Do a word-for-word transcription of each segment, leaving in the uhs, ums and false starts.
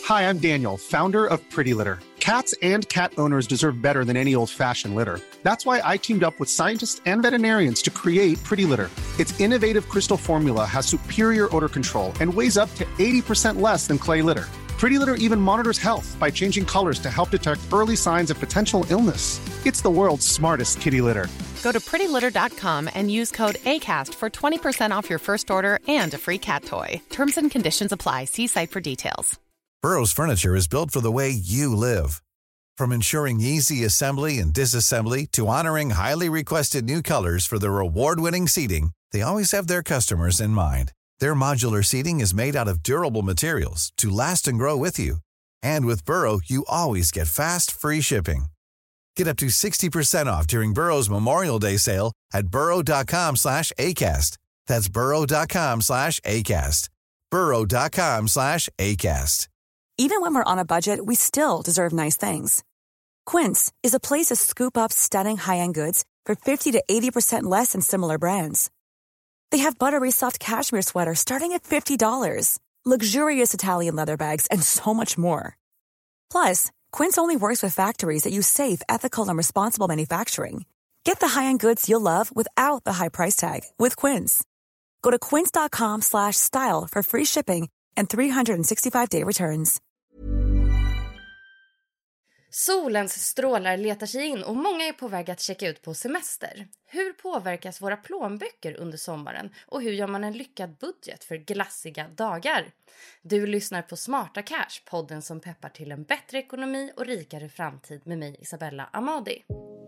Hi, I'm Daniel, founder of Pretty Litter. Cats and cat owners deserve better than any old-fashioned litter. That's why I teamed up with scientists and veterinarians to create Pretty Litter. Its innovative crystal formula has superior odor control and weighs up to eighty percent less than clay litter. Pretty Litter even monitors health by changing colors to help detect early signs of potential illness. It's the world's smartest kitty litter. Go to pretty litter dot com and use code ACAST for twenty percent off your first order and a free cat toy. Terms and conditions apply. See site for details. Burrow's furniture is built for the way you live. From ensuring easy assembly and disassembly to honoring highly requested new colors for their award-winning seating, they always have their customers in mind. Their modular seating is made out of durable materials to last and grow with you. And with Burrow, you always get fast, free shipping. Get up to sixty percent off during Burrow's Memorial Day sale at burrow dot com slash ACAST. That's burrow dot com slash ACAST. burrow dot com slash ACAST. Even when we're on a budget, we still deserve nice things. Quince is a place to scoop up stunning high-end goods for fifty to eighty percent less than similar brands. They have buttery soft cashmere sweaters starting at fifty dollars, luxurious Italian leather bags, and so much more. Plus, Quince only works with factories that use safe, ethical, and responsible manufacturing. Get the high-end goods you'll love without the high price tag with Quince. Go to quince dot com slash style for free shipping and three sixty-five day returns. Solens strålar letar sig in och många är på väg att checka ut på semester. Hur påverkas våra plånböcker under sommaren och hur gör man en lyckad budget för glassiga dagar? Du lyssnar på Smarta Cash, podden som peppar till en bättre ekonomi och rikare framtid med mig Isabella Amadi.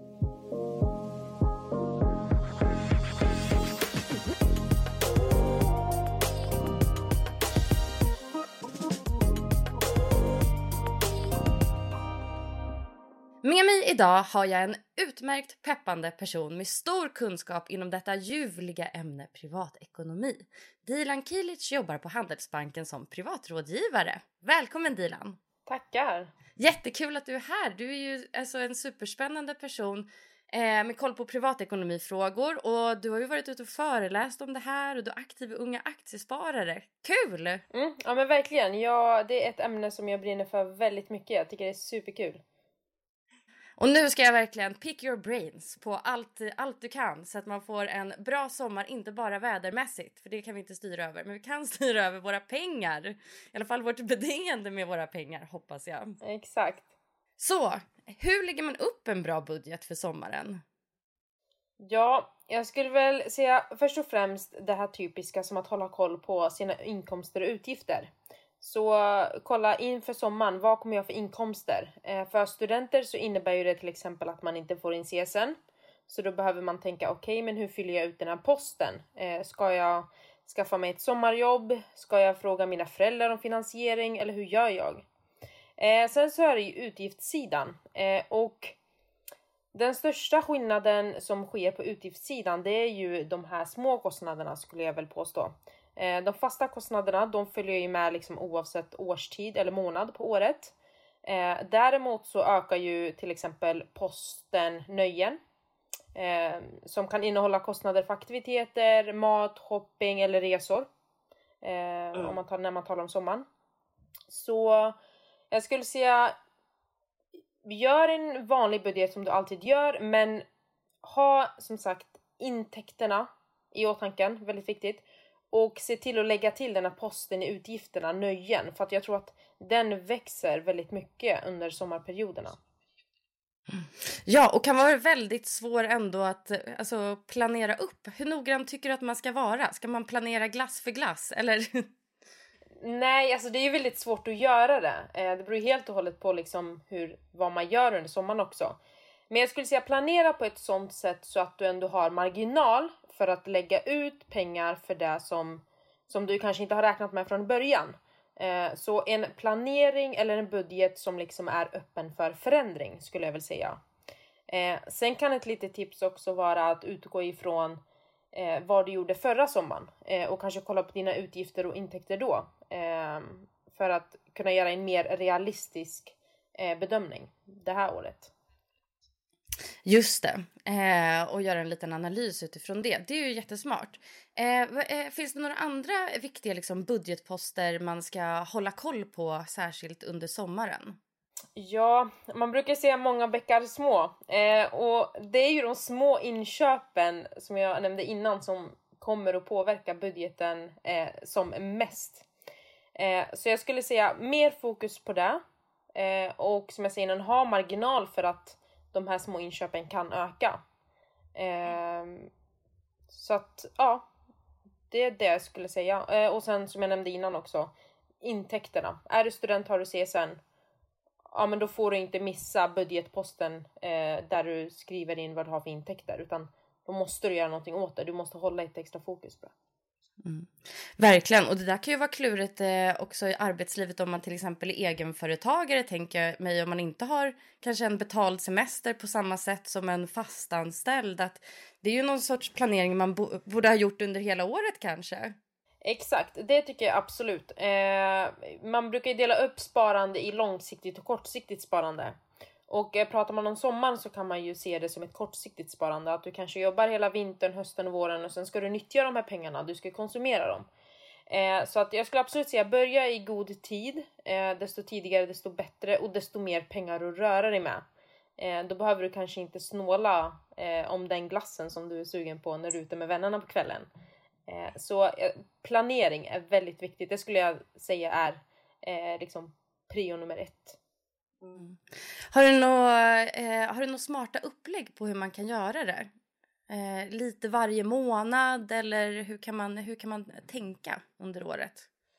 Med mig idag har jag en utmärkt peppande person med stor kunskap inom detta ljuvliga ämne privatekonomi. Dilan Kilic jobbar på Handelsbanken som privatrådgivare. Välkommen Dilan! Tackar! Jättekul att du är här. Du är ju alltså en superspännande person eh, med koll på privatekonomifrågor. Och du har ju varit ute och föreläst om det här och du är aktiv i Unga Aktiesparare. Kul! Mm, ja men verkligen. Ja, det är ett ämne som jag brinner för väldigt mycket. Jag tycker det är superkul. Och nu ska jag verkligen pick your brains på allt, allt du kan. Så att man får en bra sommar, inte bara vädermässigt. För det kan vi inte styra över. Men vi kan styra över våra pengar. I alla fall vårt beteende med våra pengar, hoppas jag. Exakt. Så, hur lägger man upp en bra budget för sommaren? Ja, jag skulle väl säga först och främst det här typiska som att hålla koll på sina inkomster och utgifter. Så kolla inför sommaren, vad kommer jag för inkomster? Eh, för studenter så innebär ju det till exempel att man inte får in C S N. Så då behöver man tänka, okej okay, men hur fyller jag ut den här posten? Eh, ska jag skaffa mig ett sommarjobb? Ska jag fråga mina föräldrar om finansiering? Eller hur gör jag? Eh, sen så är det ju utgiftssidan. Eh, och den största skillnaden som sker på utgiftssidan, det är ju de här små kostnaderna skulle jag väl påstå. De fasta kostnaderna, de följer ju med liksom oavsett årstid eller månad på året. Eh, däremot så ökar ju till exempel posten nöjen. Eh, som kan innehålla kostnader för aktiviteter, mat, shopping eller resor. Eh, mm. om man tar, när man talar om sommaren. Så jag skulle säga, gör en vanlig budget som du alltid gör. Men ha som sagt intäkterna i åtanke, väldigt viktigt. Och se till att lägga till den här posten i utgifterna, nöjen. För att jag tror att den växer väldigt mycket under sommarperioderna. Ja, och kan vara väldigt svår ändå att alltså, planera upp. Hur noggrant tycker du att man ska vara? Ska man planera glass för glass? Eller? Nej, alltså det är ju väldigt svårt att göra det. Det beror helt och hållet på liksom hur, vad man gör under sommaren också. Men jag skulle säga planera på ett sånt sätt så att du ändå har marginal för att lägga ut pengar för det som, som du kanske inte har räknat med från början. Eh, så en planering eller en budget som liksom är öppen för förändring skulle jag väl säga. Eh, sen kan ett litet tips också vara att utgå ifrån eh, vad du gjorde förra sommaren. Eh, och kanske kolla på dina utgifter och intäkter då. Eh, för att kunna göra en mer realistisk eh, bedömning det här året. Just det. Eh, och göra en liten analys utifrån det. Det är ju jättesmart. Eh, eh, finns det några andra viktiga liksom, budgetposter man ska hålla koll på särskilt under sommaren? Ja, man brukar säga många bäckar små. Eh, och det är ju de små inköpen som jag nämnde innan som kommer att påverka budgeten eh, som mest. Eh, så jag skulle säga mer fokus på det. Eh, och som jag säger, innan, ha marginal för att de här små inköpen kan öka. Eh, så att, ja, det är det jag skulle säga. Eh, och sen som jag nämnde innan också, intäkterna. Är du student har du C S N. Ja, men då får du inte missa budgetposten eh, där du skriver in vad du har för intäkter. Utan då måste du göra någonting åt det. Du måste hålla ett extra fokus på det. Mm. Verkligen, och det där kan ju vara klurigt eh, också i arbetslivet om man till exempel är egenföretagare, tänker jag mig, om man inte har kanske en betald semester på samma sätt som en fastanställd, att det är ju någon sorts planering man bo- borde ha gjort under hela året kanske. Exakt, det tycker jag absolut. Eh, man brukar ju dela upp sparande i långsiktigt och kortsiktigt sparande. Och eh, pratar man om sommaren så kan man ju se det som ett kortsiktigt sparande. Att du kanske jobbar hela vintern, hösten och våren och sen ska du nyttja de här pengarna. Du ska konsumera dem. Eh, så att jag skulle absolut säga börja i god tid. Eh, desto tidigare desto bättre och desto mer pengar att röra dig med. Eh, då behöver du kanske inte snåla eh, om den glassen som du är sugen på när du är ute med vännerna på kvällen. Eh, så eh, planering är väldigt viktigt. Det skulle jag säga är eh, liksom prio nummer ett. Mm. Har du några eh, har du några smarta upplägg på hur man kan göra det? Eh, lite varje månad eller hur kan man hur kan man tänka under året?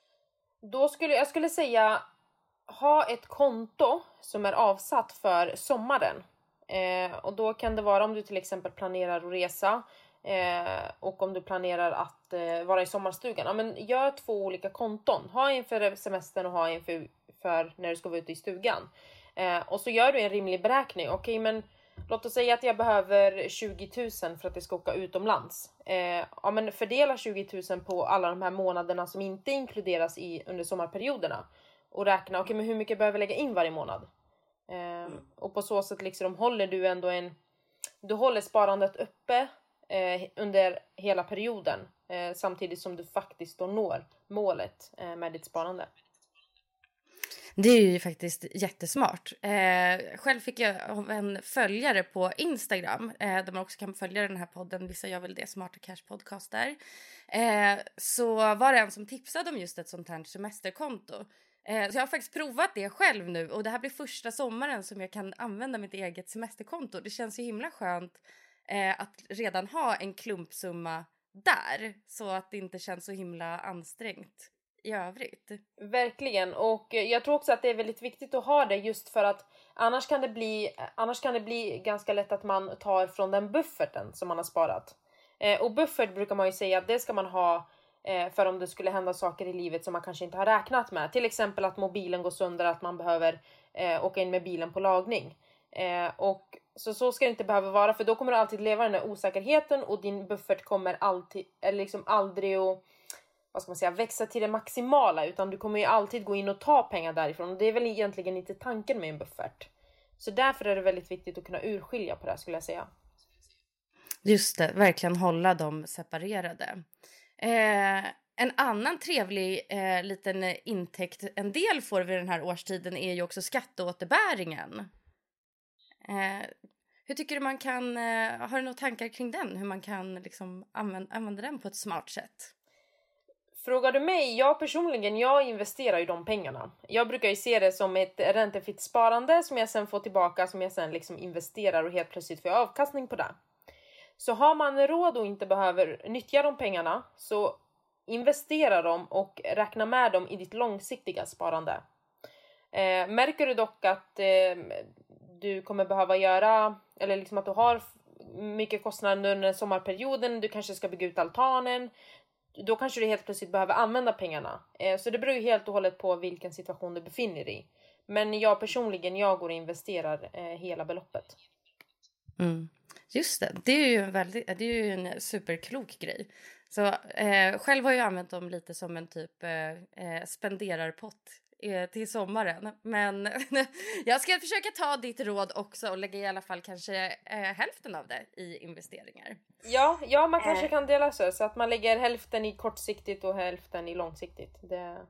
Då skulle jag skulle säga ha ett konto som är avsatt för sommaren. Eh, och då kan det vara om du till exempel planerar att resa eh, och om du planerar att eh, vara i sommarstugan. Ja, men gör två olika konton. Ha en för semestern och ha en för, för när du ska vara ute i stugan. Eh, och så gör du en rimlig beräkning. Okej, okay, men låt oss säga att jag behöver tjugo tusen för att jag ska åka utomlands. Eh, ja, men fördela tjugo tusen på alla de här månaderna som inte inkluderas i under sommarperioderna. Och räkna, okej, okay, men hur mycket behöver jag lägga in varje månad? Eh, mm. Och på så sätt liksom håller du ändå en... Du håller sparandet uppe eh, under hela perioden. Eh, samtidigt som du faktiskt då når målet eh, med ditt sparande. Det är ju faktiskt jättesmart. Eh, själv fick jag av en följare på Instagram. Eh, där man också kan följa den här podden. Vissa gör väl det, Smarta Cash Podcast där. Eh, så var det en som tipsade om just ett sånt här semesterkonto. Eh, så jag har faktiskt provat det själv nu. Och det här blir första sommaren som jag kan använda mitt eget semesterkonto. Det känns ju himla skönt eh, att redan ha en klumpsumma där. Så att det inte känns så himla ansträngt i övrigt. Verkligen, och jag tror också att det är väldigt viktigt att ha det just för att annars kan det bli, annars kan det bli ganska lätt att man tar från den bufferten som man har sparat. Eh, och buffert brukar man ju säga att det ska man ha eh, för om det skulle hända saker i livet som man kanske inte har räknat med. Till exempel att mobilen går sönder, att man behöver eh, åka in med bilen på lagning. Eh, och så, så ska det inte behöva vara, för då kommer du alltid leva den här osäkerheten och din buffert kommer alltid, eller liksom aldrig att vad ska man säga, växa till det maximala, utan du kommer ju alltid gå in och ta pengar därifrån, och det är väl egentligen inte tanken med en buffert. Så därför är det väldigt viktigt att kunna urskilja på det här, skulle jag säga. Just det, verkligen hålla dem separerade. Eh, en annan trevlig eh, liten intäkt en del får vid den här årstiden är ju också skatteåterbäringen. Eh, hur tycker du man kan, eh, har du några tankar kring den? Hur man kan liksom använda, använda den på ett smart sätt? Frågar du mig, jag personligen, jag investerar ju de pengarna. Jag brukar ju se det som ett räntefritt sparande som jag sen får tillbaka, som jag sen liksom investerar och helt plötsligt får jag avkastning på det. Så har man råd och inte behöver nyttja de pengarna, så investera dem och räkna med dem i ditt långsiktiga sparande. Eh, märker du dock att eh, du kommer behöva göra, eller liksom att du har mycket kostnader under sommarperioden, du kanske ska bygga ut altanen, då kanske du helt plötsligt behöver använda pengarna. Eh, så det beror ju helt och hållet på vilken situation du befinner dig i. Men jag personligen, jag går och investerar eh, hela beloppet. Mm. Just det, det är ju en, väldigt, det är ju en superklok grej. Så eh, själv har jag använt dem lite som en typ eh, spenderarpott eh, till sommaren. Men jag ska försöka ta ditt råd också och lägga i alla fall kanske eh, hälften av det i investeringar. Ja, ja man kanske kan dela så, så att man lägger hälften i kortsiktigt och hälften i långsiktigt. Det...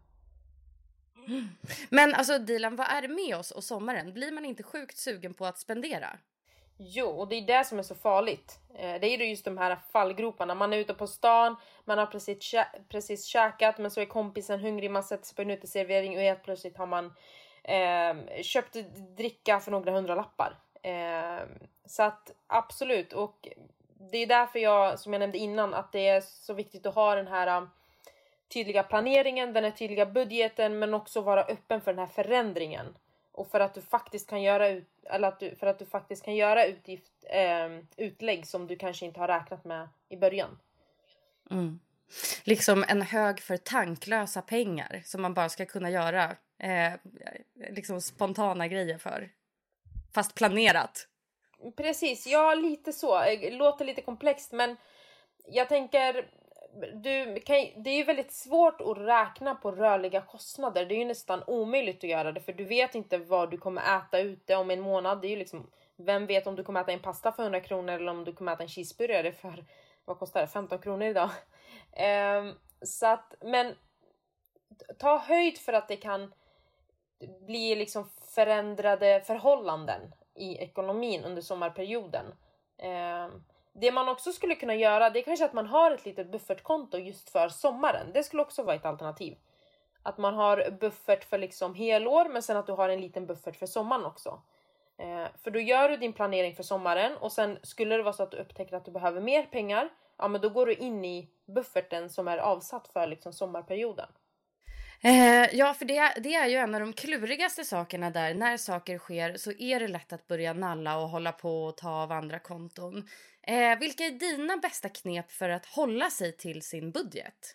Men alltså Dilan, vad är det med oss och sommaren? Blir man inte sjukt sugen på att spendera? Jo, och det är det som är så farligt. Det är ju just de här fallgroparna. Man är ute på stan, man har precis, kä- precis käkat, men så är kompisen hungrig, man sätter sig på en uteservering och helt plötsligt har man eh, köpt dricka för några hundra lappar. Eh, så att absolut, och det är därför jag, som jag nämnde innan, att det är så viktigt att ha den här tydliga planeringen, den här tydliga budgeten, men också vara öppen för den här förändringen. Och för att du faktiskt kan göra ut, eller att du, för att du faktiskt kan göra utgift, eh, utlägg som du kanske inte har räknat med i början. Mm. Liksom en hög för tanklösa pengar som man bara ska kunna göra eh, liksom spontana grejer för. Fast planerat. Precis, ja lite så. Låter lite komplext, men jag tänker... Du kan, det är ju väldigt svårt att räkna på rörliga kostnader. Det är ju nästan omöjligt att göra det, för du vet inte vad du kommer äta ute om en månad. Det är ju liksom, vem vet om du kommer äta en pasta för hundra kronor eller om du kommer äta en cheeseburgare för, vad kostar det, femton kronor idag. Um, så att, men ta höjd för att det kan bli liksom förändrade förhållanden i ekonomin under sommarperioden. Um, Det man också skulle kunna göra, det är kanske att man har ett litet buffertkonto just för sommaren. Det skulle också vara ett alternativ. Att man har buffert för liksom helår, men sen att du har en liten buffert för sommaren också. Eh, för då gör du din planering för sommaren, och sen skulle det vara så att du upptäcker att du behöver mer pengar, ja men då går du in i bufferten som är avsatt för liksom sommarperioden. Eh, ja, för det, det är ju en av de klurigaste sakerna där. När saker sker så är det lätt att börja nalla och hålla på och ta av andra konton. Eh, vilka är dina bästa knep för att hålla sig till sin budget?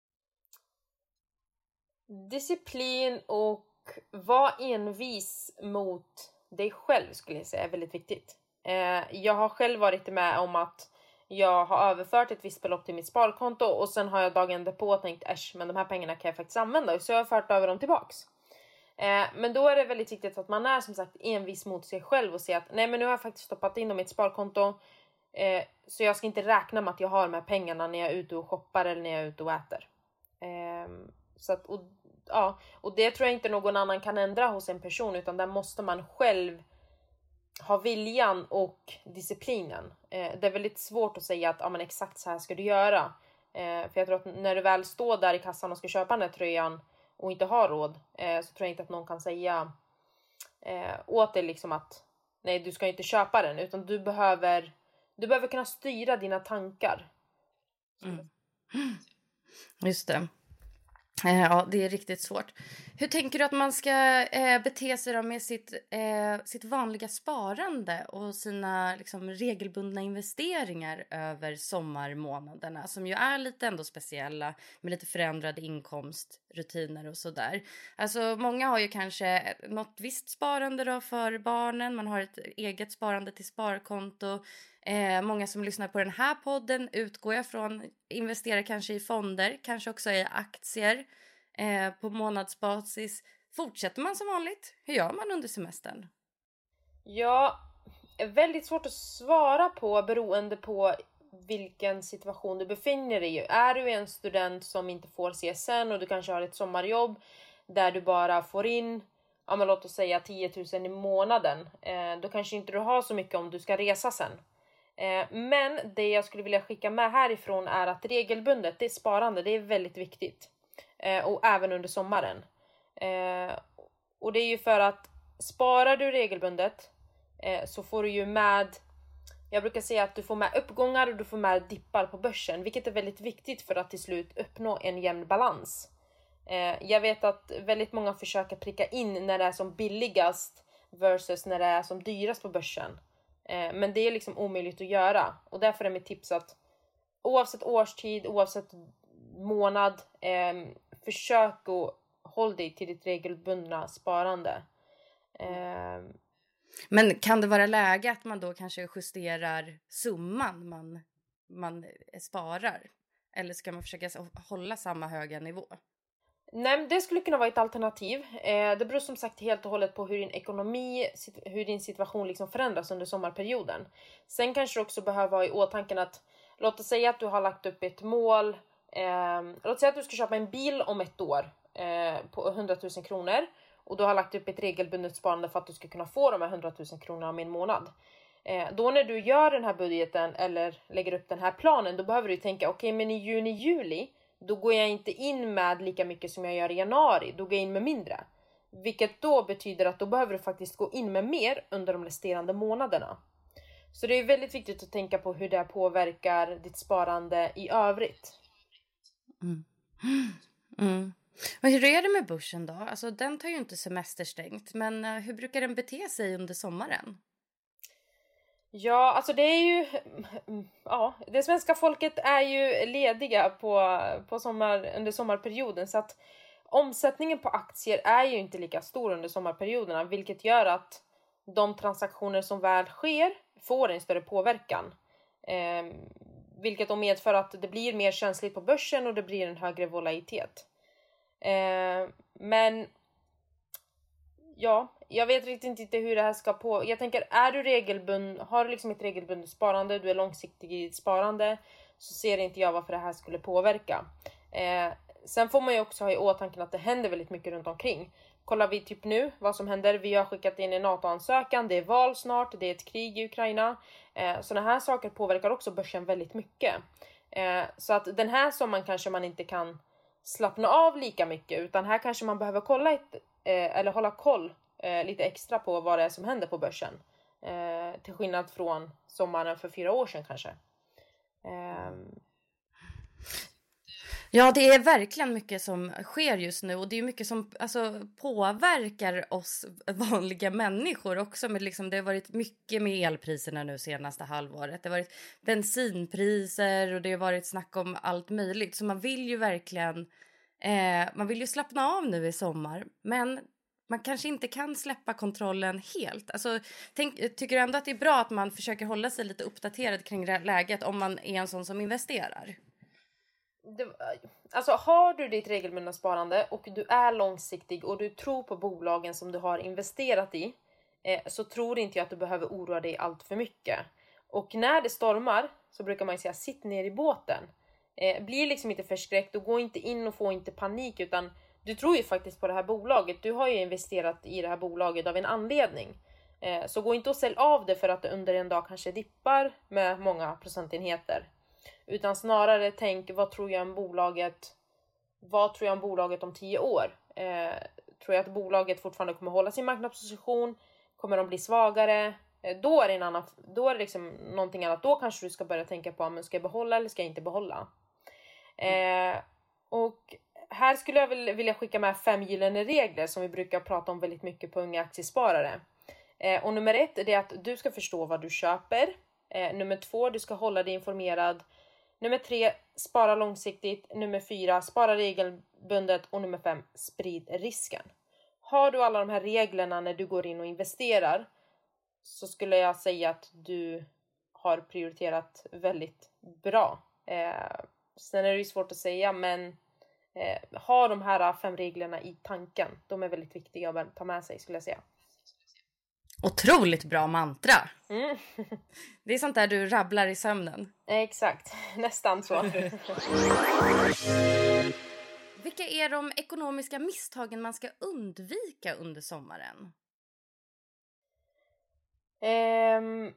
Disciplin och vara envis mot dig själv skulle jag säga är väldigt viktigt. Eh, jag har själv varit med om att jag har överfört ett visst belopp till mitt sparkonto, och sen har jag dagen därpå tänkt äsch, men de här pengarna kan jag faktiskt använda, så jag har fört över dem tillbaks. Eh, men då är det väldigt viktigt att man är som sagt envis mot sig själv och säger att nej, men nu har jag faktiskt stoppat in dem i ett sparkonto, eh, så jag ska inte räkna med att jag har de här pengarna när jag är ute och shoppar eller när jag är ute och äter. Eh, så att, och, ja, och det tror jag inte någon annan kan ändra hos en person, utan där måste man själv ha viljan och disciplinen. Eh, det är väldigt svårt att säga att ja, men exakt så här ska du göra. Eh, för jag tror att när du väl står där i kassan och ska köpa den här tröjan och inte har råd, eh, så tror jag inte att någon kan säga eh, åt dig liksom att nej, du ska inte köpa den, utan du behöver du behöver kunna styra dina tankar. Mm. Just det. Ja, det är riktigt svårt. Hur tänker du att man ska eh, bete sig då med sitt, eh, sitt vanliga sparande och sina liksom, regelbundna investeringar över sommarmånaderna, som ju är lite ändå speciella med lite förändrade inkomstrutiner och sådär. Alltså många har ju kanske något visst sparande då för barnen, man har ett eget sparande till sparkonto. Eh, många som lyssnar på den här podden utgår jag från investerar kanske i fonder, kanske också i aktier eh, på månadsbasis. Fortsätter man som vanligt? Hur gör man under semestern? Ja, väldigt svårt att svara på beroende på vilken situation du befinner dig i. Är du en student som inte får C S N och du kanske har ett sommarjobb där du bara får in, ja men låt oss säga tio tusen i månaden, eh, då kanske inte du har så mycket om du ska resa sen. Men det jag skulle vilja skicka med härifrån är att regelbundet, det är sparande, det är väldigt viktigt. Och även under sommaren. Och det är ju för att sparar du regelbundet så får du ju med, jag brukar säga att du får med uppgångar och du får med dippar på börsen. Vilket är väldigt viktigt för att till slut uppnå en jämn balans. Jag vet att väldigt många försöker pricka in när det är som billigast versus när det är som dyrast på börsen. Men det är liksom omöjligt att göra. Och därför är mitt tips att oavsett årstid, oavsett månad, eh, försök att hålla dig till ditt regelbundna sparande. Eh. Men kan det vara läge att man då kanske justerar summan man, man sparar? Eller ska man försöka hålla samma höga nivå? Nej, men det skulle kunna vara ett alternativ. Eh, det beror som sagt helt och hållet på hur din ekonomi, hur din situation liksom förändras under sommarperioden. Sen kanske du också behöver ha i åtanke att, låt oss säga att du har lagt upp ett mål. Eh, låt säga att du ska köpa en bil om ett år eh, på hundratusen kronor. Och du har lagt upp ett regelbundet sparande för att du ska kunna få de här hundratusen kronorna om en månad. Eh, då när du gör den här budgeten eller lägger upp den här planen, då behöver du tänka, okej, okay, men i juni, juli, då går jag inte in med lika mycket som jag gör i januari. Då går jag in med mindre. Vilket då betyder att då behöver du faktiskt gå in med mer under de resterande månaderna. Så det är väldigt viktigt att tänka på hur det påverkar ditt sparande i övrigt. Mm. Mm. Och hur är det med börsen då? Alltså den tar ju inte semesterstängt. Men hur brukar den bete sig under sommaren? Ja, alltså det är ju, ja, det svenska folket är ju lediga på, på sommar, under sommarperioden, så att omsättningen på aktier är ju inte lika stor under sommarperioderna, vilket gör att de transaktioner som väl sker får en större påverkan. Eh, vilket då medför att det blir mer känsligt på börsen och det blir en högre volatilitet. Eh, men ja, jag vet riktigt inte hur det här ska på. Jag tänker, är du regelbund, har du liksom ett regelbundet sparande, du är långsiktig i ditt sparande, så ser inte jag varför det här skulle påverka. Eh, sen får man ju också ha i åtanke att det händer väldigt mycket runt omkring. Kollar vi typ nu vad som händer, vi har skickat in en NATO-ansökan, det är val snart, det är ett krig i Ukraina. Eh, sådana här saker påverkar också börsen väldigt mycket. Eh, så att den här sommaren kanske man inte kan slappna av lika mycket, utan här kanske man behöver kolla ett, eh, eller hålla koll eh, lite extra på vad det är som händer på börsen. Eh, till skillnad från sommaren för fyra år sedan kanske. Eh, Ja, det är verkligen mycket som sker just nu, och det är mycket som alltså, påverkar oss vanliga människor också. Med liksom, det har varit mycket med elpriserna nu senaste halvåret. Det har varit bensinpriser och det har varit snack om allt möjligt. Så man vill ju verkligen eh, man vill ju slappna av nu i sommar, men man kanske inte kan släppa kontrollen helt. Alltså, tänk, tycker du ändå att det är bra att man försöker hålla sig lite uppdaterad kring läget om man är en sån som investerar? Det, alltså har du ditt regelbundna sparande och du är långsiktig och du tror på bolagen som du har investerat i, eh, så tror inte jag att du behöver oroa dig allt för mycket. Och när det stormar så brukar man säga, sitt ner i båten. Eh, blir liksom inte förskräckt och gå inte in och få inte panik, utan du tror ju faktiskt på det här bolaget. Du har ju investerat i det här bolaget av en anledning. Eh, så gå inte och sälj av det för att det under en dag kanske dippar med många procentenheter. Utan snarare tänk, vad tror jag om bolaget, vad tror jag om bolaget om tio år? Eh, tror jag att bolaget fortfarande kommer hålla sin marknadsposition? Kommer de bli svagare? Eh, då är det en annan, då är det liksom någonting annat. Då kanske du ska börja tänka på, men ska jag behålla eller ska jag inte behålla? Eh, och här skulle jag väl vilja skicka med fem gyllene regler som vi brukar prata om väldigt mycket på Unga Aktiesparare. Eh, och nummer ett är det att du ska förstå vad du köper. Eh, nummer två, du ska hålla dig informerad. Nummer tre, spara långsiktigt. Nummer fyra, spara regelbundet. Och nummer fem, sprid risken. Har du alla de här reglerna när du går in och investerar, så skulle jag säga att du har prioriterat väldigt bra. Eh, sen är det ju svårt att säga, men eh, ha de här fem reglerna i tanken. De är väldigt viktiga att ta med sig, skulle jag säga. Otroligt bra mantra. Mm. Det är sånt där du rabblar i sömnen. Exakt, nästan så. Vilka är de ekonomiska misstagen man ska undvika under sommaren? Um,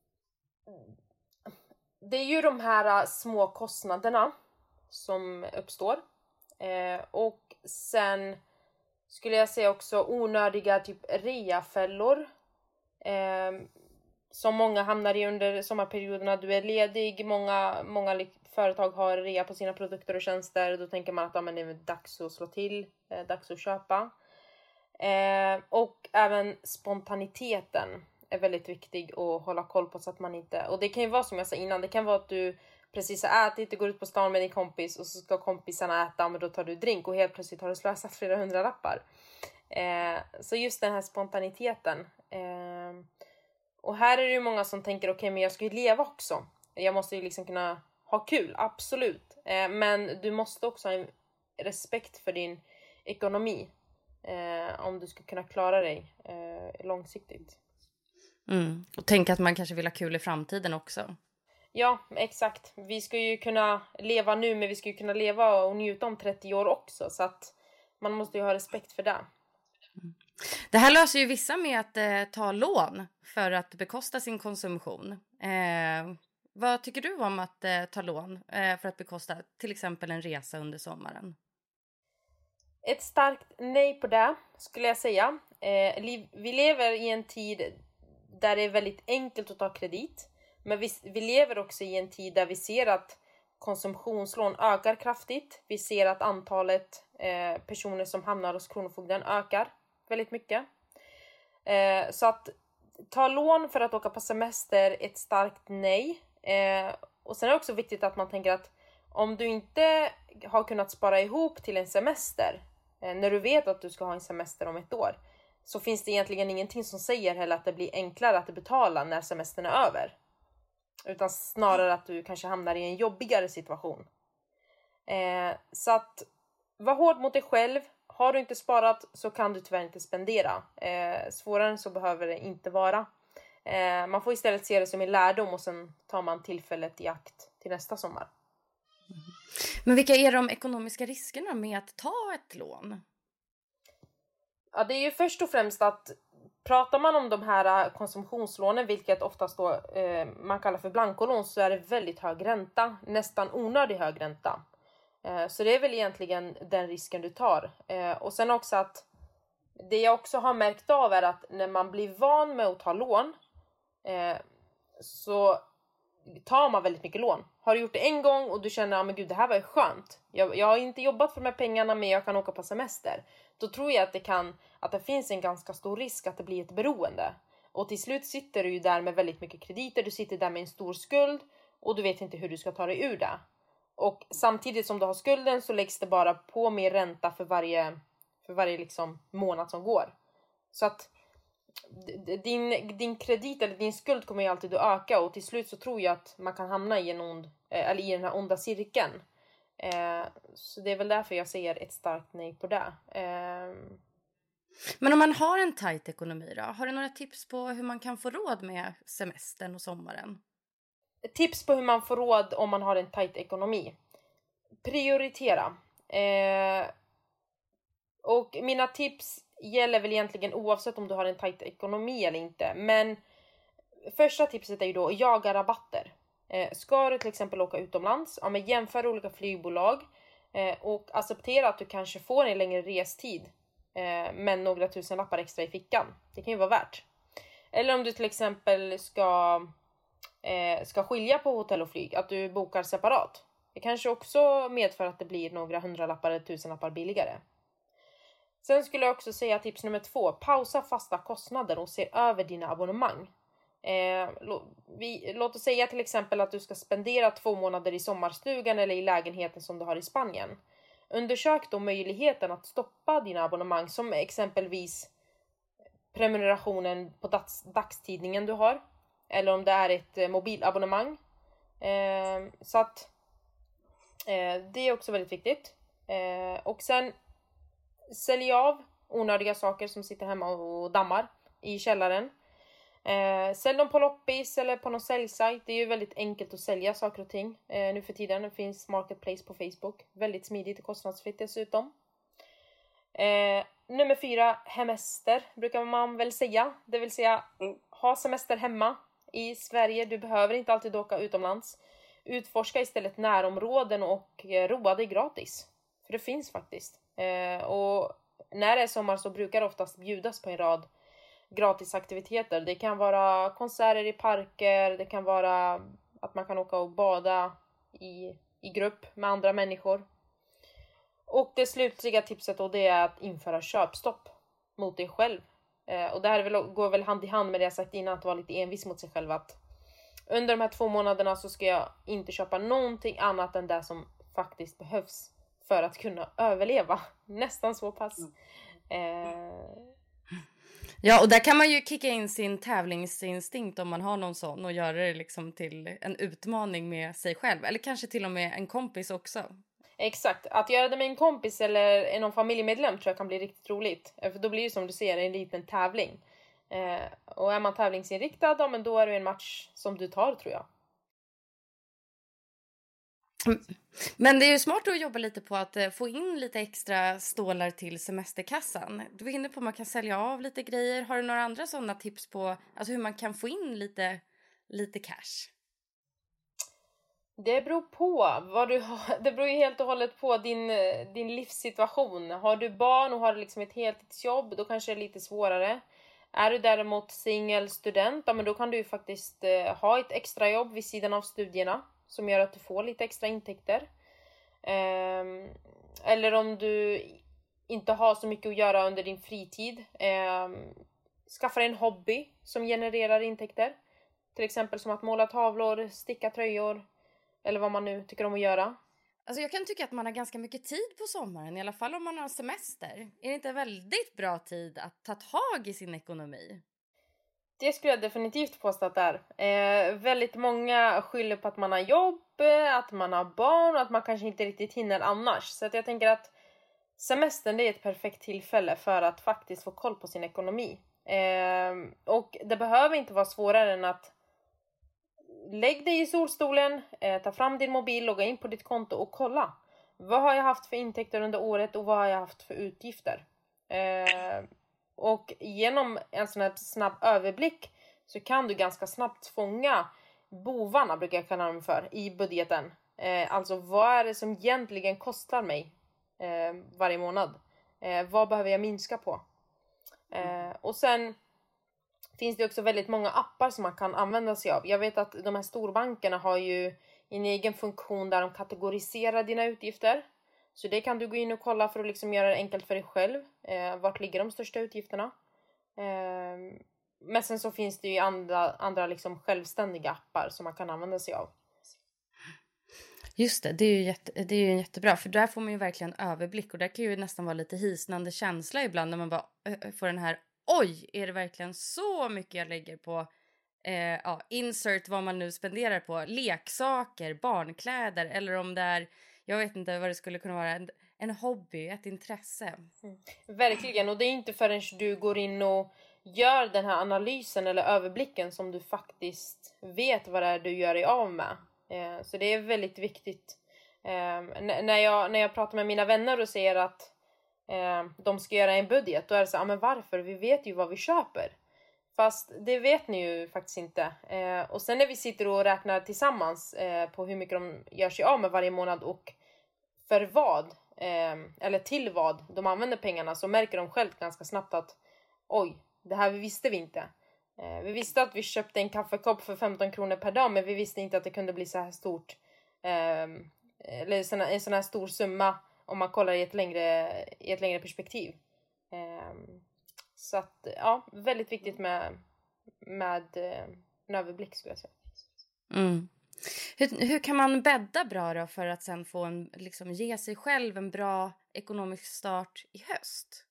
det är ju de här små kostnaderna som uppstår. Uh, och sen skulle jag säga också onödiga typ reafällor. Eh, som många hamnar i under sommarperioderna. Du är ledig, många, många företag har rea på sina produkter och tjänster. Då tänker man att ja, men det är dags att slå till, eh, dags att köpa. Eh, och även spontaniteten är väldigt viktig att hålla koll på, så att man inte, och det kan ju vara som jag sa innan, det kan vara att du precis har ätit, du går ut på stan med din kompis och så ska kompisarna äta, men då tar du drink och helt plötsligt har du slösat flera hundra lappar. Eh, så just den här spontaniteten. Eh, och här är det ju många som tänker, okej, okay, men jag ska ju leva också. Jag måste ju liksom kunna ha kul, absolut. Eh, men du måste också ha en respekt för din ekonomi. Eh, om du ska kunna klara dig eh, långsiktigt. Mm. Och tänka att man kanske vill ha kul i framtiden också. Ja, exakt. Vi ska ju kunna leva nu, men vi ska ju kunna leva och njuta om trettio år också. Så att man måste ju ha respekt för det. Mm. Det här löser ju vissa med att eh, ta lån för att bekosta sin konsumtion. Eh, vad tycker du om att eh, ta lån eh, för att bekosta till exempel en resa under sommaren? Ett starkt nej på det skulle jag säga. Eh, vi lever i en tid där det är väldigt enkelt att ta kredit. Men vi, vi lever också i en tid där vi ser att konsumtionslån ökar kraftigt. Vi ser att antalet eh, personer som hamnar hos Kronofogden ökar väldigt mycket. Eh, så att ta lån för att åka på semester är ett starkt nej. Eh, och sen är det också viktigt att man tänker att om du inte har kunnat spara ihop till en semester, eh, när du vet att du ska ha en semester om ett år, så finns det egentligen ingenting som säger heller att det blir enklare att betala när semestern är över. Utan snarare att du kanske hamnar i en jobbigare situation. Eh, så att var hård mot dig själv. Har du inte sparat så kan du tyvärr inte spendera. Eh, svårare än så behöver det inte vara. Eh, man får istället se det som en lärdom och sen tar man tillfället i akt till nästa sommar. Mm. Men vilka är de ekonomiska riskerna med att ta ett lån? Ja, det är ju först och främst att pratar man om de här konsumtionslånen, vilket oftast då eh, man kallar för blankolån, så är det väldigt hög ränta. Nästan onödig hög ränta. Eh, så det är väl egentligen den risken du tar. Eh, och sen också att det jag också har märkt av är att när man blir van med att ta lån eh, så tar man väldigt mycket lån. Har du gjort det en gång och du känner att ah, men gud, det här var ju skönt. Jag, jag har inte jobbat för de här pengarna men jag kan åka på semester. Då tror jag att det, kan, att det finns en ganska stor risk att det blir ett beroende. Och till slut sitter du ju där med väldigt mycket krediter. Du sitter där med en stor skuld och du vet inte hur du ska ta dig ur det. Och samtidigt som du har skulden så läggs det bara på mer ränta för varje, för varje liksom månad som går. Så att din, din kredit eller din skuld kommer ju alltid att öka. Och till slut så tror jag att man kan hamna i, en ond, eller i den här onda cirkeln. Eh, så det är väl därför jag säger ett starkt nej på det. Eh. Men om man har en tajt ekonomi då? Har du några tips på hur man kan få råd med semestern och sommaren? Tips på hur man får råd om man har en tajt ekonomi. Prioritera. Eh, och mina tips gäller väl egentligen oavsett om du har en tajt ekonomi eller inte. Men första tipset är ju då att jaga rabatter. Eh, ska du till exempel åka utomlands, ja, men jämför olika flygbolag eh, och acceptera att du kanske får en längre restid eh, men några tusen lappar extra i fickan. Det kan ju vara värt. Eller om du till exempel ska, eh, ska skilja på hotell och flyg, att du bokar separat. Det kanske också medför att det blir några hundralappar eller tusenlappar billigare. Sen skulle jag också säga tips nummer två. Pausa fasta kostnader och se över dina abonnemang. Eh, lå, vi, låt oss säga till exempel att du ska spendera två månader i sommarstugan eller i lägenheten som du har i Spanien. Undersök då möjligheten att stoppa dina abonnemang, som exempelvis prenumerationen på dags, dagstidningen du har. Eller om det är ett eh, mobilabonnemang. Eh, så att eh, det är också väldigt viktigt. Eh, och sen sälj av onödiga saker som sitter hemma och dammar i källaren. Eh, sälj dem på loppis eller på någon säljsajt. Det är ju väldigt enkelt att sälja saker och ting eh, nu för tiden. Det finns marketplace på Facebook. Väldigt smidigt och kostnadsfritt dessutom. Eh, nummer fyra, hemester brukar man väl säga. Det vill säga, ha semester hemma i Sverige. Du behöver inte alltid åka utomlands. Utforska istället närområden och eh, roa dig gratis. För det finns faktiskt. Eh, och när det är sommar så brukar det oftast bjudas på en rad gratisaktiviteter. Det kan vara konserter i parker. Det kan vara att man kan åka och bada i, i grupp med andra människor. Och det slutliga tipset då, det är att införa köpstopp mot dig själv. Eh, och det här är väl, går väl hand i hand med det jag sagt innan, att vara lite envis mot sig själv. Att under de här två månaderna så ska jag inte köpa någonting annat än det som faktiskt behövs för att kunna överleva. Nästan så pass. Eh... Ja, och där kan man ju kicka in sin tävlingsinstinkt om man har någon sån och göra det liksom till en utmaning med sig själv. Eller kanske till och med en kompis också. Exakt, att göra det med en kompis eller någon familjemedlem tror jag kan bli riktigt roligt. För då blir det som du ser en liten tävling. Eh, och är man tävlingsinriktad, ja, men då är det en match som du tar, tror jag. Men det är ju smart att jobba lite på att få in lite extra stålar till semesterkassan. Du var inne på att man kan sälja av lite grejer. Har du några andra sådana tips på alltså hur man kan få in lite, lite cash? Det beror på vad du har. Det beror ju helt och hållet på din, din livssituation. Har du barn och har liksom ett heltidsjobb, då kanske det är lite svårare. Är du däremot singel student, ja, men då kan du ju faktiskt eh, ha ett extra jobb vid sidan av studierna som gör att du får lite extra intäkter. Eh, eller om du inte har så mycket att göra under din fritid, eh, skaffa en hobby som genererar intäkter. Till exempel som att måla tavlor, sticka tröjor eller vad man nu tycker om att göra. Alltså jag kan tycka att man har ganska mycket tid på sommaren, i alla fall om man har semester. Är det inte väldigt bra tid att ta tag i sin ekonomi? Det skulle jag definitivt påstå att det är. Eh, väldigt många skyller på att man har jobb, att man har barn och att man kanske inte riktigt hinner annars. Så att jag tänker att semestern, det är ett perfekt tillfälle för att faktiskt få koll på sin ekonomi. Eh, och det behöver inte vara svårare än att lägg dig i solstolen, eh, ta fram din mobil, logga in på ditt konto och kolla. Vad har jag haft för intäkter under året och vad har jag haft för utgifter? Eh, och genom en sån här snabb överblick så kan du ganska snabbt fånga bovarna, brukar jag kalla dem för, i budgeten. Eh, alltså vad är det som egentligen kostar mig eh, varje månad? Eh, vad behöver jag minska på? Eh, och sen finns det också väldigt många appar som man kan använda sig av. Jag vet att de här storbankerna har ju en egen funktion där de kategoriserar dina utgifter. Så det kan du gå in och kolla för att liksom göra det enkelt för dig själv. Eh, vart ligger de största utgifterna? Eh, men sen så finns det ju andra, andra liksom självständiga appar som man kan använda sig av. Just det, det är ju jätte, det är ju jättebra. För där får man ju verkligen överblick. Och där kan ju nästan vara lite hisnande känsla ibland när man bara äh, får den här: oj, är det verkligen så mycket jag lägger på eh, ja, insert vad man nu spenderar på? Leksaker, barnkläder eller om det är, jag vet inte vad det skulle kunna vara, en, en hobby, ett intresse. Mm. Verkligen, och det är inte förrän du går in och gör den här analysen eller överblicken som du faktiskt vet vad det är du gör dig av med. Eh, så det är väldigt viktigt. Eh, n- när, jag, när jag pratar med mina vänner och säger att Eh, de ska göra en budget, då är det så, ja, men varför? Vi vet ju vad vi köper. Fast det vet ni ju faktiskt inte. Eh, och sen när vi sitter och räknar tillsammans eh, på hur mycket de gör sig av med varje månad och för vad, eh, eller till vad de använder pengarna, så märker de själv ganska snabbt att oj, det här visste vi inte. Eh, vi visste att vi köpte en kaffekopp för femton kronor per dag, men vi visste inte att det kunde bli så här stort. Eh, eller såna, en sån här stor summa om man kollar i ett längre, i ett längre perspektiv. Um, så att, ja, väldigt viktigt med, med uh, en överblick, skulle jag säga. Mm. Hur, hur kan man bädda bra då för att sen få en, liksom, ge sig själv en bra ekonomisk start i höst?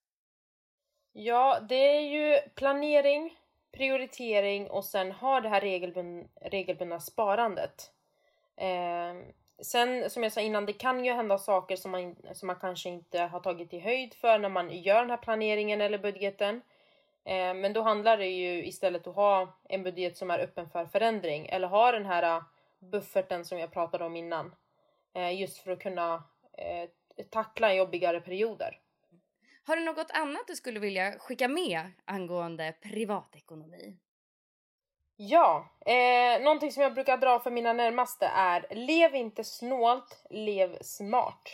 Ja, det är ju planering, prioritering och sen ha det här regelbund, regelbundna sparandet. Um, Sen, som jag sa innan, det kan ju hända saker som man, som man kanske inte har tagit i höjd för när man gör den här planeringen eller budgeten. Eh, men då handlar det ju istället att ha en budget som är öppen för förändring. Eller ha den här bufferten som jag pratade om innan. Eh, just för att kunna eh, tackla jobbigare perioder. Har du något annat du skulle vilja skicka med angående privatekonomi? Ja, eh, någonting som jag brukar dra för mina närmaste är: lev inte snålt, lev smart.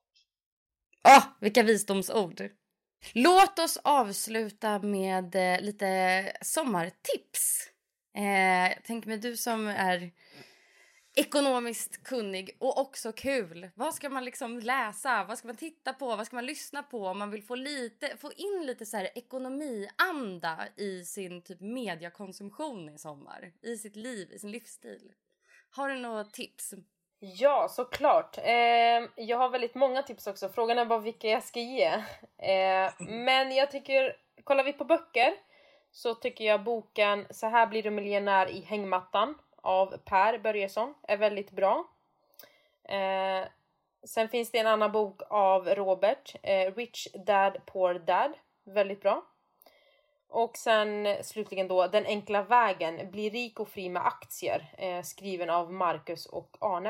Åh, oh, vilka visdomsord. Låt oss avsluta med eh, lite sommartips. Eh, tänk mig du som är ekonomiskt kunnig och också kul. Vad ska man liksom läsa? Vad ska man titta på? Vad ska man lyssna på om man vill få lite, få in lite så här ekonomianda i sin typ mediakonsumtion i sommar, i sitt liv, i sin livsstil? Har du några tips? Ja, såklart. Eh, jag har väldigt många tips också. Frågan är bara vilka jag ska ge. Eh, men jag tycker, kollar vi på böcker så tycker jag boken Så här blir du miljonär i hängmattan av Per Börjesson är väldigt bra. Eh, Sen finns det en annan bok av Robert, eh, Rich Dad Poor Dad. Väldigt bra. Och sen slutligen då Den enkla vägen, Bli rik och fri med aktier, eh, skriven av Marcus och Arne.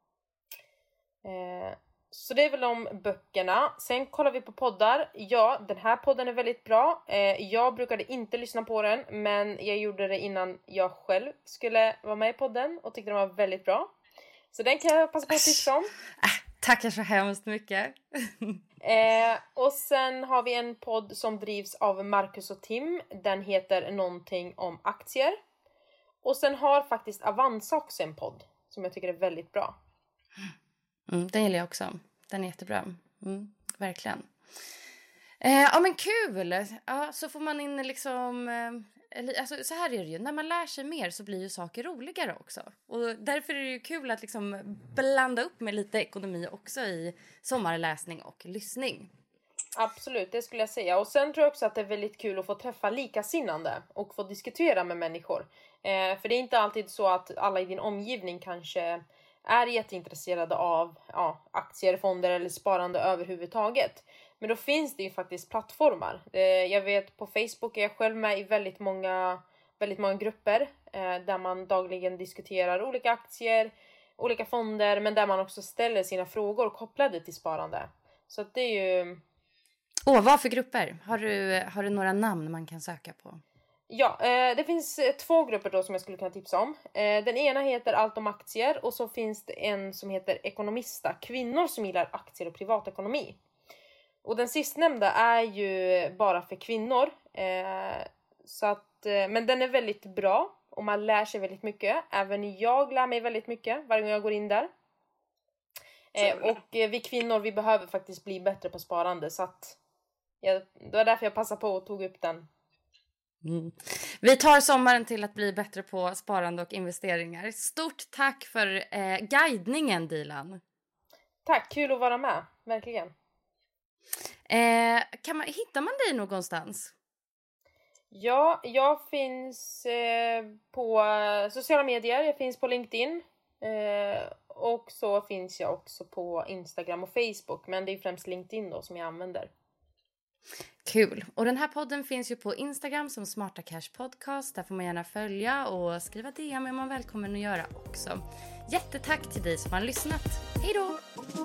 Eh, så det är väl de böckerna. Sen kollar vi på poddar. Ja, den här podden är väldigt bra. Eh, jag brukade inte lyssna på den, men jag gjorde det innan jag själv skulle vara med i podden och tyckte den var väldigt bra. Så den kan jag passa på att tipsa om. Tackar så hemskt mycket. eh, och sen har vi en podd som drivs av Marcus och Tim. Den heter Någonting om aktier. Och sen har faktiskt Avanza också en podd som jag tycker är väldigt bra. Mm, den gillar jag också. Den är jättebra. Mm, verkligen. Eh, ja men kul. Ja, så får man in liksom... Eh, alltså, så här är det ju. När man lär sig mer så blir ju saker roligare också. Och därför är det ju kul att liksom blanda upp med lite ekonomi också i sommarläsning och lyssning. Absolut, det skulle jag säga. Och sen tror jag också att det är väldigt kul att få träffa likasinnande och få diskutera med människor. Eh, för det är inte alltid så att alla i din omgivning kanske är jätteintresserade av ja, aktier, fonder eller sparande överhuvudtaget. Men då finns det ju faktiskt plattformar. Eh, jag vet på Facebook är jag själv med i väldigt många, väldigt många grupper. Eh, där man dagligen diskuterar olika aktier, olika fonder. Men där man också ställer sina frågor kopplade till sparande. Så att det är ju... Åh, vad för grupper? Har du, har du några namn man kan söka på? Ja, eh, det finns två grupper då som jag skulle kunna tipsa om. Eh, den ena heter Allt om aktier och så finns det en som heter Ekonomista. Kvinnor som gillar aktier och privatekonomi. Och den sistnämnda är ju bara för kvinnor. Eh, så att, eh, men den är väldigt bra och man lär sig väldigt mycket. Även jag lär mig väldigt mycket varje gång jag går in där. Eh, och eh, vi kvinnor, vi behöver faktiskt bli bättre på sparande. Så att, ja, det var därför jag passade på och tog upp den. Mm. Vi tar sommaren till att bli bättre på sparande och investeringar. Stort tack för eh, guidningen, Dilan. Tack, kul att vara med, verkligen. Eh, kan man, hittar man dig någonstans? Ja, jag finns eh, på sociala medier. Jag finns på LinkedIn. Eh, och så finns jag också på Instagram och Facebook. Men det är främst LinkedIn då som jag använder. Kul. Och den här podden finns ju på Instagram som Smarta Cash Podcast. Där får man gärna följa och skriva D M om man är välkommen att göra också. Jättetack till dig som har lyssnat. Hej då!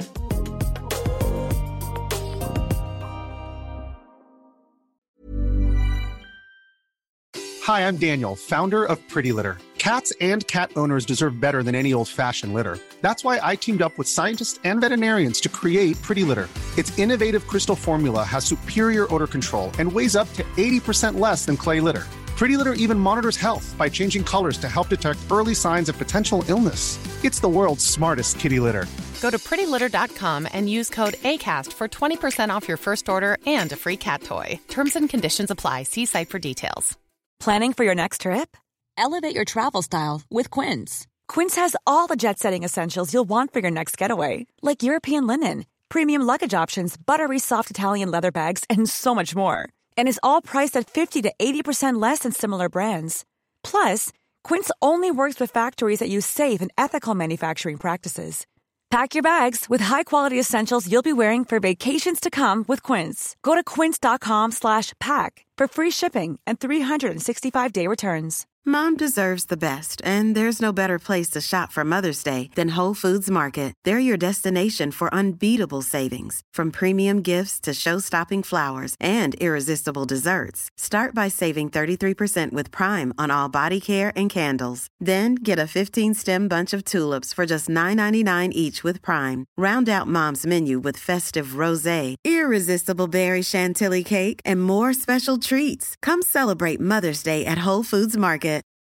Hi, I'm Daniel, founder of Pretty Litter. Cats and cat owners deserve better than any old-fashioned litter. That's why I teamed up with scientists and veterinarians to create Pretty Litter. Its innovative crystal formula has superior odor control and weighs up to eighty percent less than clay litter. Pretty Litter even monitors health by changing colors to help detect early signs of potential illness. It's the world's smartest kitty litter. Go to pretty litter dot com and use code ACAST for twenty percent off your first order and a free cat toy. Terms and conditions apply. See site for details. Planning for your next trip? Elevate your travel style with Quince. Quince has all the jet-setting essentials you'll want for your next getaway, like European linen, premium luggage options, buttery soft Italian leather bags, and so much more. And is all priced at fifty to eighty percent less than similar brands. Plus, Quince only works with factories that use safe and ethical manufacturing practices. Pack your bags with high-quality essentials you'll be wearing for vacations to come with Quince. Go to quince dot com slash pack for free shipping and three sixty-five day returns. Mom deserves the best, and there's no better place to shop for Mother's Day than Whole Foods Market. They're your destination for unbeatable savings, from premium gifts to show-stopping flowers and irresistible desserts. Start by saving thirty-three percent with Prime on all body care and candles. Then get a fifteen-stem bunch of tulips for just nine ninety-nine each with Prime. Round out Mom's menu with festive rosé, irresistible berry chantilly cake, and more special treats. Come celebrate Mother's Day at Whole Foods Market.